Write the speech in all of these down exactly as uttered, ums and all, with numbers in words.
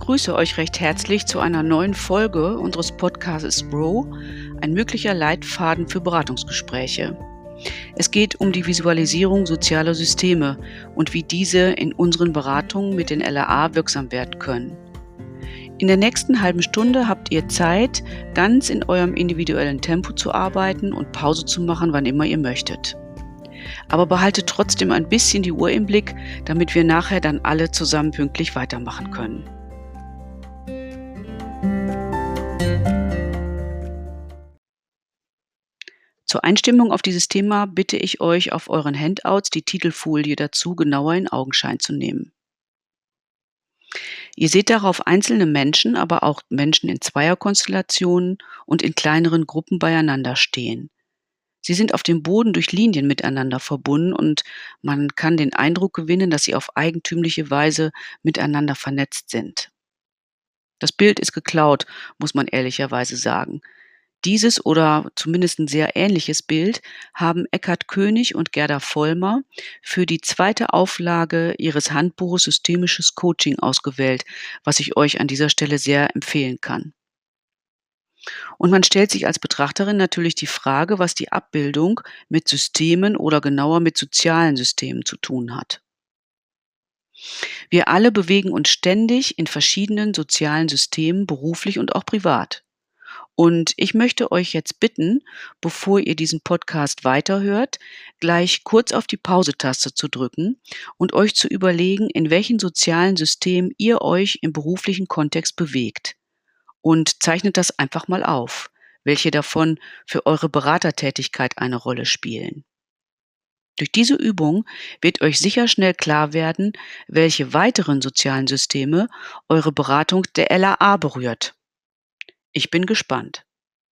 begrüße euch recht herzlich zu einer neuen Folge unseres Podcasts Grow, ein möglicher Leitfaden für Beratungsgespräche. Es geht um die Visualisierung sozialer Systeme und wie diese in unseren Beratungen mit den L A A wirksam werden können. In der nächsten halben Stunde habt ihr Zeit, ganz in eurem individuellen Tempo zu arbeiten und Pause zu machen, wann immer ihr möchtet. Aber behaltet trotzdem ein bisschen die Uhr im Blick, damit wir nachher dann alle zusammen pünktlich weitermachen können. Zur Einstimmung auf dieses Thema bitte ich euch, auf euren Handouts die Titelfolie dazu genauer in Augenschein zu nehmen. Ihr seht darauf einzelne Menschen, aber auch Menschen in Zweierkonstellationen und in kleineren Gruppen beieinander stehen. Sie sind auf dem Boden durch Linien miteinander verbunden und man kann den Eindruck gewinnen, dass sie auf eigentümliche Weise miteinander vernetzt sind. Das Bild ist geklaut, muss man ehrlicherweise sagen. Dieses oder zumindest ein sehr ähnliches Bild haben Eckhard König und Gerda Vollmer für die zweite Auflage ihres Handbuches Systemisches Coaching ausgewählt, was ich euch an dieser Stelle sehr empfehlen kann. Und man stellt sich als Betrachterin natürlich die Frage, was die Abbildung mit Systemen oder genauer mit sozialen Systemen zu tun hat. Wir alle bewegen uns ständig in verschiedenen sozialen Systemen, beruflich und auch privat. Und ich möchte euch jetzt bitten, bevor ihr diesen Podcast weiterhört, gleich kurz auf die Pause-Taste zu drücken und euch zu überlegen, in welchen sozialen System ihr euch im beruflichen Kontext bewegt. Und zeichnet das einfach mal auf, welche davon für eure Beratertätigkeit eine Rolle spielen. Durch diese Übung wird euch sicher schnell klar werden, welche weiteren sozialen Systeme eure Beratung der L A A berührt. Ich bin gespannt.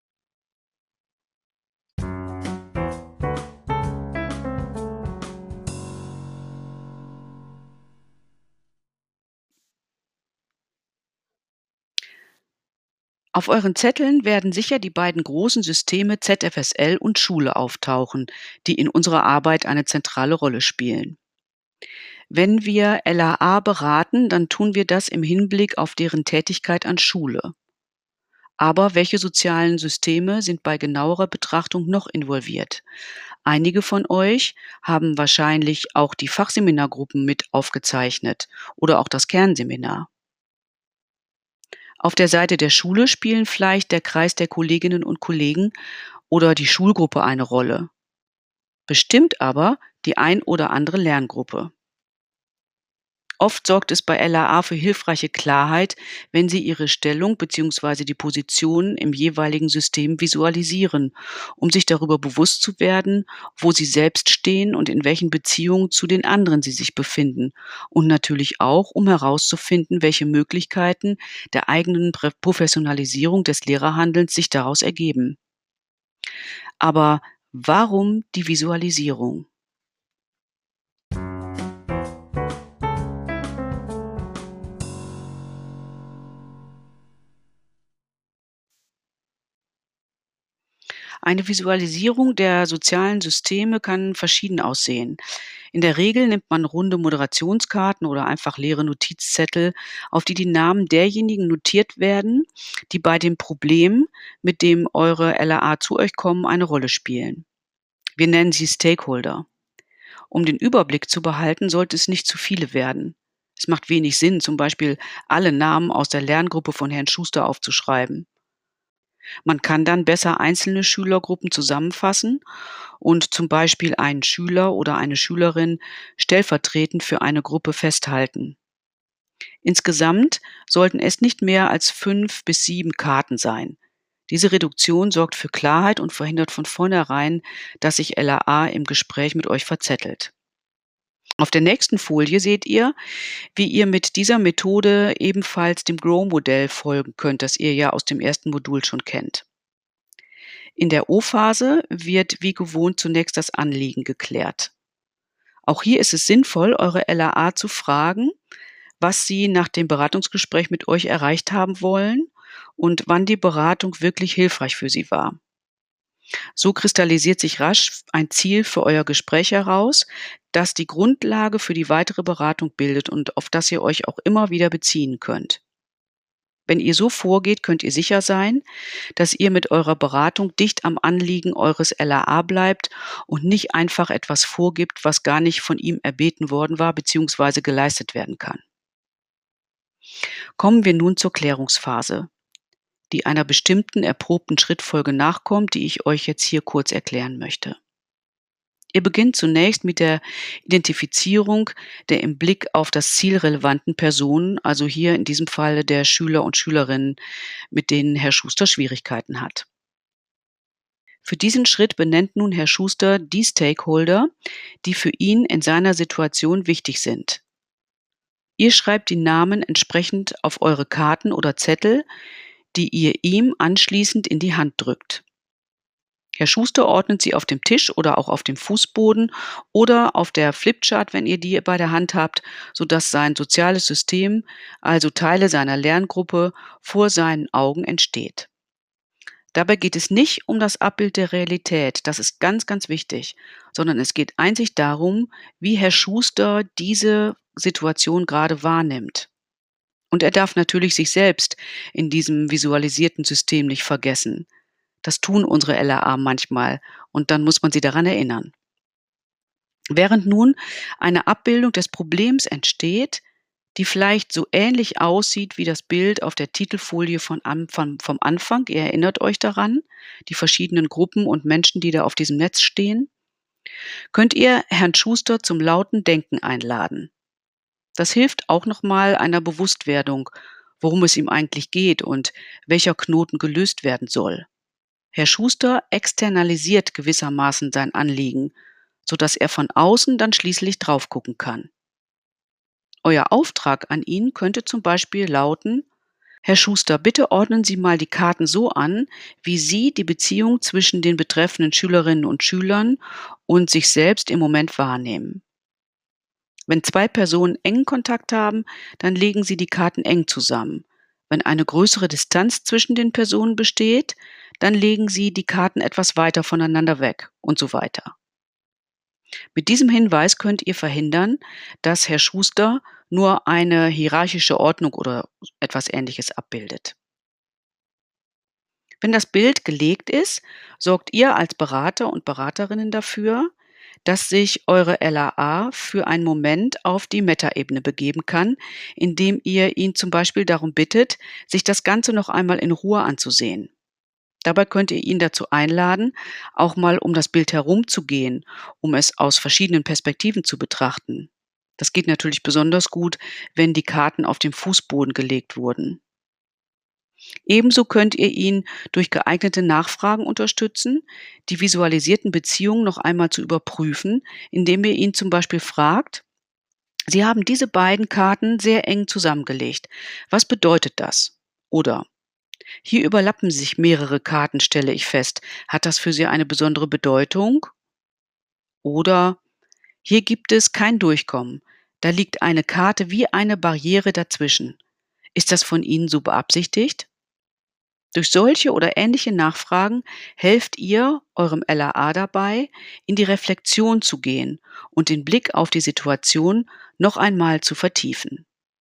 Auf euren Zetteln werden sicher die beiden großen Systeme Z F S L und Schule auftauchen, die in unserer Arbeit eine zentrale Rolle spielen. Wenn wir L A A beraten, dann tun wir das im Hinblick auf deren Tätigkeit an Schule. Aber welche sozialen Systeme sind bei genauerer Betrachtung noch involviert? Einige von euch haben wahrscheinlich auch die Fachseminargruppen mit aufgezeichnet oder auch das Kernseminar. Auf der Seite der Schule spielen vielleicht der Kreis der Kolleginnen und Kollegen oder die Schulgruppe eine Rolle. Bestimmt aber die ein oder andere Lerngruppe. Oft sorgt es bei L A A für hilfreiche Klarheit, wenn Sie Ihre Stellung bzw. die Position im jeweiligen System visualisieren, um sich darüber bewusst zu werden, wo Sie selbst stehen und in welchen Beziehungen zu den anderen Sie sich befinden und natürlich auch, um herauszufinden, welche Möglichkeiten der eigenen Prä- Professionalisierung des Lehrerhandelns sich daraus ergeben. Aber warum die Visualisierung? Eine Visualisierung der sozialen Systeme kann verschieden aussehen. In der Regel nimmt man runde Moderationskarten oder einfach leere Notizzettel, auf die die Namen derjenigen notiert werden, die bei dem Problem, mit dem eure L A A zu euch kommen, eine Rolle spielen. Wir nennen sie Stakeholder. Um den Überblick zu behalten, sollte es nicht zu viele werden. Es macht wenig Sinn, zum Beispiel alle Namen aus der Lerngruppe von Herrn Schuster aufzuschreiben. Man kann dann besser einzelne Schülergruppen zusammenfassen und zum Beispiel einen Schüler oder eine Schülerin stellvertretend für eine Gruppe festhalten. Insgesamt sollten es nicht mehr als fünf bis sieben Karten sein. Diese Reduktion sorgt für Klarheit und verhindert von vornherein, dass sich L A A im Gespräch mit euch verzettelt. Auf der nächsten Folie seht ihr, wie ihr mit dieser Methode ebenfalls dem Grow-Modell folgen könnt, das ihr ja aus dem ersten Modul schon kennt. In der O-Phase wird wie gewohnt zunächst das Anliegen geklärt. Auch hier ist es sinnvoll, eure L A A zu fragen, was sie nach dem Beratungsgespräch mit euch erreicht haben wollen und wann die Beratung wirklich hilfreich für sie war. So kristallisiert sich rasch ein Ziel für euer Gespräch heraus, das die Grundlage für die weitere Beratung bildet und auf das ihr euch auch immer wieder beziehen könnt. Wenn ihr so vorgeht, könnt ihr sicher sein, dass ihr mit eurer Beratung dicht am Anliegen eures L A A bleibt und nicht einfach etwas vorgibt, was gar nicht von ihm erbeten worden war bzw. geleistet werden kann. Kommen wir nun zur Klärungsphase, die einer bestimmten erprobten Schrittfolge nachkommt, die ich euch jetzt hier kurz erklären möchte. Ihr beginnt zunächst mit der Identifizierung der im Blick auf das Ziel relevanten Personen, also hier in diesem Falle der Schüler und Schülerinnen, mit denen Herr Schuster Schwierigkeiten hat. Für diesen Schritt benennt nun Herr Schuster die Stakeholder, die für ihn in seiner Situation wichtig sind. Ihr schreibt die Namen entsprechend auf eure Karten oder Zettel, die ihr ihm anschließend in die Hand drückt. Herr Schuster ordnet sie auf dem Tisch oder auch auf dem Fußboden oder auf der Flipchart, wenn ihr die bei der Hand habt, sodass sein soziales System, also Teile seiner Lerngruppe, vor seinen Augen entsteht. Dabei geht es nicht um das Abbild der Realität, das ist ganz, ganz wichtig, sondern es geht einzig darum, wie Herr Schuster diese Situation gerade wahrnimmt. Und er darf natürlich sich selbst in diesem visualisierten System nicht vergessen. Das tun unsere L A A manchmal und dann muss man sie daran erinnern. Während nun eine Abbildung des Problems entsteht, die vielleicht so ähnlich aussieht wie das Bild auf der Titelfolie von Anfang, vom Anfang, ihr erinnert euch daran, die verschiedenen Gruppen und Menschen, die da auf diesem Netz stehen, könnt ihr Herrn Schuster zum lauten Denken einladen. Das hilft auch nochmal einer Bewusstwerdung, worum es ihm eigentlich geht und welcher Knoten gelöst werden soll. Herr Schuster externalisiert gewissermaßen sein Anliegen, sodass er von außen dann schließlich drauf gucken kann. Euer Auftrag an ihn könnte zum Beispiel lauten: Herr Schuster, bitte ordnen Sie mal die Karten so an, wie Sie die Beziehung zwischen den betreffenden Schülerinnen und Schülern und sich selbst im Moment wahrnehmen. Wenn zwei Personen engen Kontakt haben, dann legen Sie die Karten eng zusammen. Wenn eine größere Distanz zwischen den Personen besteht, dann legen Sie die Karten etwas weiter voneinander weg und so weiter. Mit diesem Hinweis könnt ihr verhindern, dass Herr Schuster nur eine hierarchische Ordnung oder etwas Ähnliches abbildet. Wenn das Bild gelegt ist, sorgt ihr als Berater und Beraterinnen dafür, dass sich eure L A A für einen Moment auf die Metaebene begeben kann, indem ihr ihn zum Beispiel darum bittet, sich das Ganze noch einmal in Ruhe anzusehen. Dabei könnt ihr ihn dazu einladen, auch mal um das Bild herumzugehen, um es aus verschiedenen Perspektiven zu betrachten. Das geht natürlich besonders gut, wenn die Karten auf dem Fußboden gelegt wurden. Ebenso könnt ihr ihn durch geeignete Nachfragen unterstützen, die visualisierten Beziehungen noch einmal zu überprüfen, indem ihr ihn zum Beispiel fragt: Sie haben diese beiden Karten sehr eng zusammengelegt. Was bedeutet das? Oder: Hier überlappen sich mehrere Karten, stelle ich fest. Hat das für Sie eine besondere Bedeutung? Oder: Hier gibt es kein Durchkommen. Da liegt eine Karte wie eine Barriere dazwischen. Ist das von Ihnen so beabsichtigt? Durch solche oder ähnliche Nachfragen helft ihr eurem L A A dabei, in die Reflexion zu gehen und den Blick auf die Situation noch einmal zu vertiefen.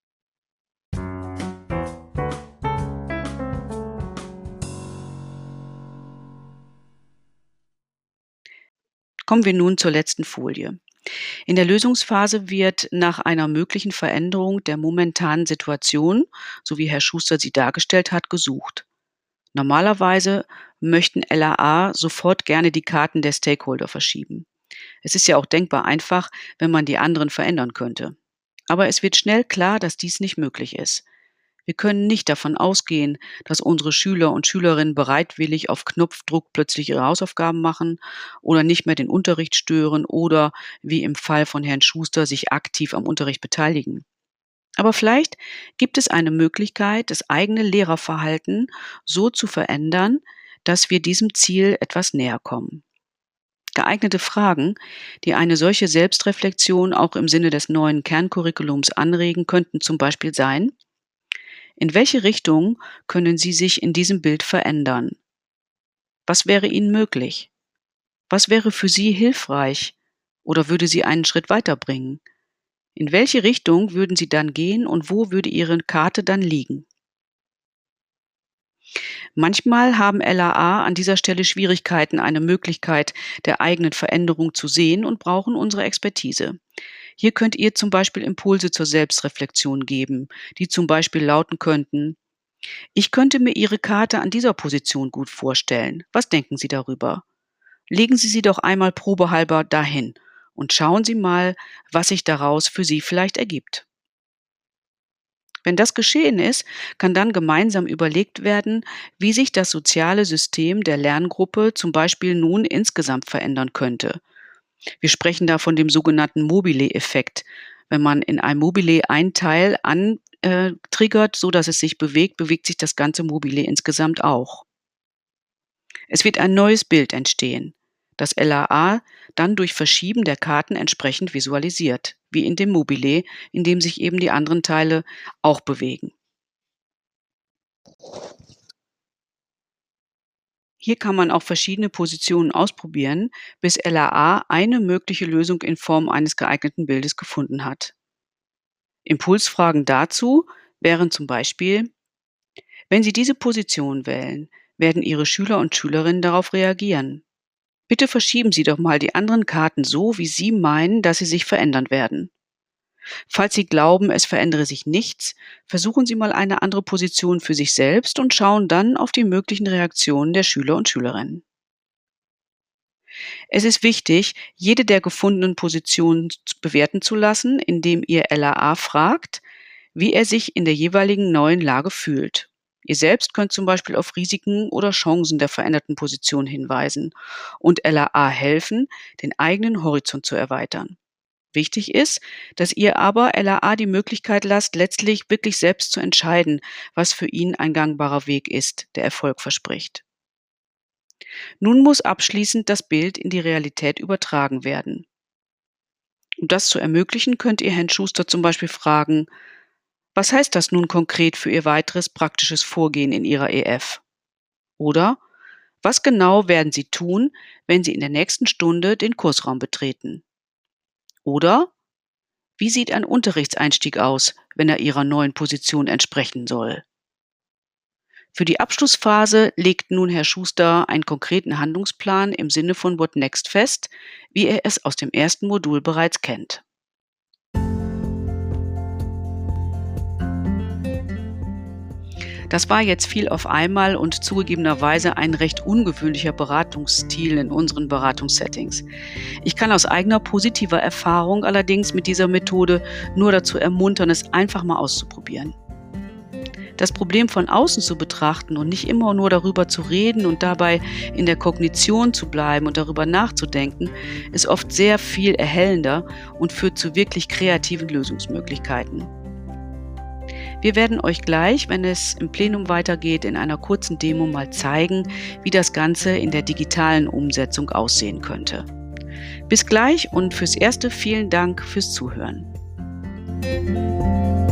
Kommen wir nun zur letzten Folie. In der Lösungsphase wird nach einer möglichen Veränderung der momentanen Situation, so wie Herr Schuster sie dargestellt hat, gesucht. Normalerweise möchten L A A sofort gerne die Karten der Stakeholder verschieben. Es ist ja auch denkbar einfach, wenn man die anderen verändern könnte. Aber es wird schnell klar, dass dies nicht möglich ist. Wir können nicht davon ausgehen, dass unsere Schüler und Schülerinnen bereitwillig auf Knopfdruck plötzlich ihre Hausaufgaben machen oder nicht mehr den Unterricht stören oder, wie im Fall von Herrn Schuster, sich aktiv am Unterricht beteiligen. Aber vielleicht gibt es eine Möglichkeit, das eigene Lehrerverhalten so zu verändern, dass wir diesem Ziel etwas näher kommen. Geeignete Fragen, die eine solche Selbstreflexion auch im Sinne des neuen Kerncurriculums anregen, könnten zum Beispiel sein: In welche Richtung können Sie sich in diesem Bild verändern? Was wäre Ihnen möglich? Was wäre für Sie hilfreich oder würde Sie einen Schritt weiterbringen? In welche Richtung würden Sie dann gehen und wo würde Ihre Karte dann liegen? Manchmal haben L A A an dieser Stelle Schwierigkeiten, eine Möglichkeit der eigenen Veränderung zu sehen und brauchen unsere Expertise. Hier könnt ihr zum Beispiel Impulse zur Selbstreflexion geben, die zum Beispiel lauten könnten: Ich könnte mir Ihre Karte an dieser Position gut vorstellen. Was denken Sie darüber? Legen Sie sie doch einmal probehalber dahin und schauen Sie mal, was sich daraus für Sie vielleicht ergibt. Wenn das geschehen ist, kann dann gemeinsam überlegt werden, wie sich das soziale System der Lerngruppe zum Beispiel nun insgesamt verändern könnte. Wir sprechen da von dem sogenannten Mobile-Effekt. Wenn man in einem Mobile ein Teil antriggert, so dass es sich bewegt, bewegt sich das ganze Mobile insgesamt auch. Es wird ein neues Bild entstehen, das L A A dann durch Verschieben der Karten entsprechend visualisiert, wie in dem Mobile, in dem sich eben die anderen Teile auch bewegen. Hier kann man auch verschiedene Positionen ausprobieren, bis L A A eine mögliche Lösung in Form eines geeigneten Bildes gefunden hat. Impulsfragen dazu wären zum Beispiel: Wenn Sie diese Position wählen, werden Ihre Schüler und Schülerinnen darauf reagieren. Bitte verschieben Sie doch mal die anderen Karten so, wie Sie meinen, dass sie sich verändern werden. Falls Sie glauben, es verändere sich nichts, versuchen Sie mal eine andere Position für sich selbst und schauen dann auf die möglichen Reaktionen der Schüler und Schülerinnen. Es ist wichtig, jede der gefundenen Positionen bewerten zu lassen, indem ihr L A A fragt, wie er sich in der jeweiligen neuen Lage fühlt. Ihr selbst könnt zum Beispiel auf Risiken oder Chancen der veränderten Position hinweisen und L A A helfen, den eigenen Horizont zu erweitern. Wichtig ist, dass ihr aber L A A die Möglichkeit lasst, letztlich wirklich selbst zu entscheiden, was für ihn ein gangbarer Weg ist, der Erfolg verspricht. Nun muss abschließend das Bild in die Realität übertragen werden. Um das zu ermöglichen, könnt ihr Herrn Schuster zum Beispiel fragen: Was heißt das nun konkret für Ihr weiteres praktisches Vorgehen in Ihrer E F? Oder: Was genau werden Sie tun, wenn Sie in der nächsten Stunde den Kursraum betreten? Oder: Wie sieht ein Unterrichtseinstieg aus, wenn er Ihrer neuen Position entsprechen soll? Für die Abschlussphase legt nun Herr Schuster einen konkreten Handlungsplan im Sinne von What Next fest, wie er es aus dem ersten Modul bereits kennt. Das war jetzt viel auf einmal und zugegebenerweise ein recht ungewöhnlicher Beratungsstil in unseren Beratungssettings. Ich kann aus eigener positiver Erfahrung allerdings mit dieser Methode nur dazu ermuntern, es einfach mal auszuprobieren. Das Problem von außen zu betrachten und nicht immer nur darüber zu reden und dabei in der Kognition zu bleiben und darüber nachzudenken, ist oft sehr viel erhellender und führt zu wirklich kreativen Lösungsmöglichkeiten. Wir werden euch gleich, wenn es im Plenum weitergeht, in einer kurzen Demo mal zeigen, wie das Ganze in der digitalen Umsetzung aussehen könnte. Bis gleich und fürs Erste vielen Dank fürs Zuhören.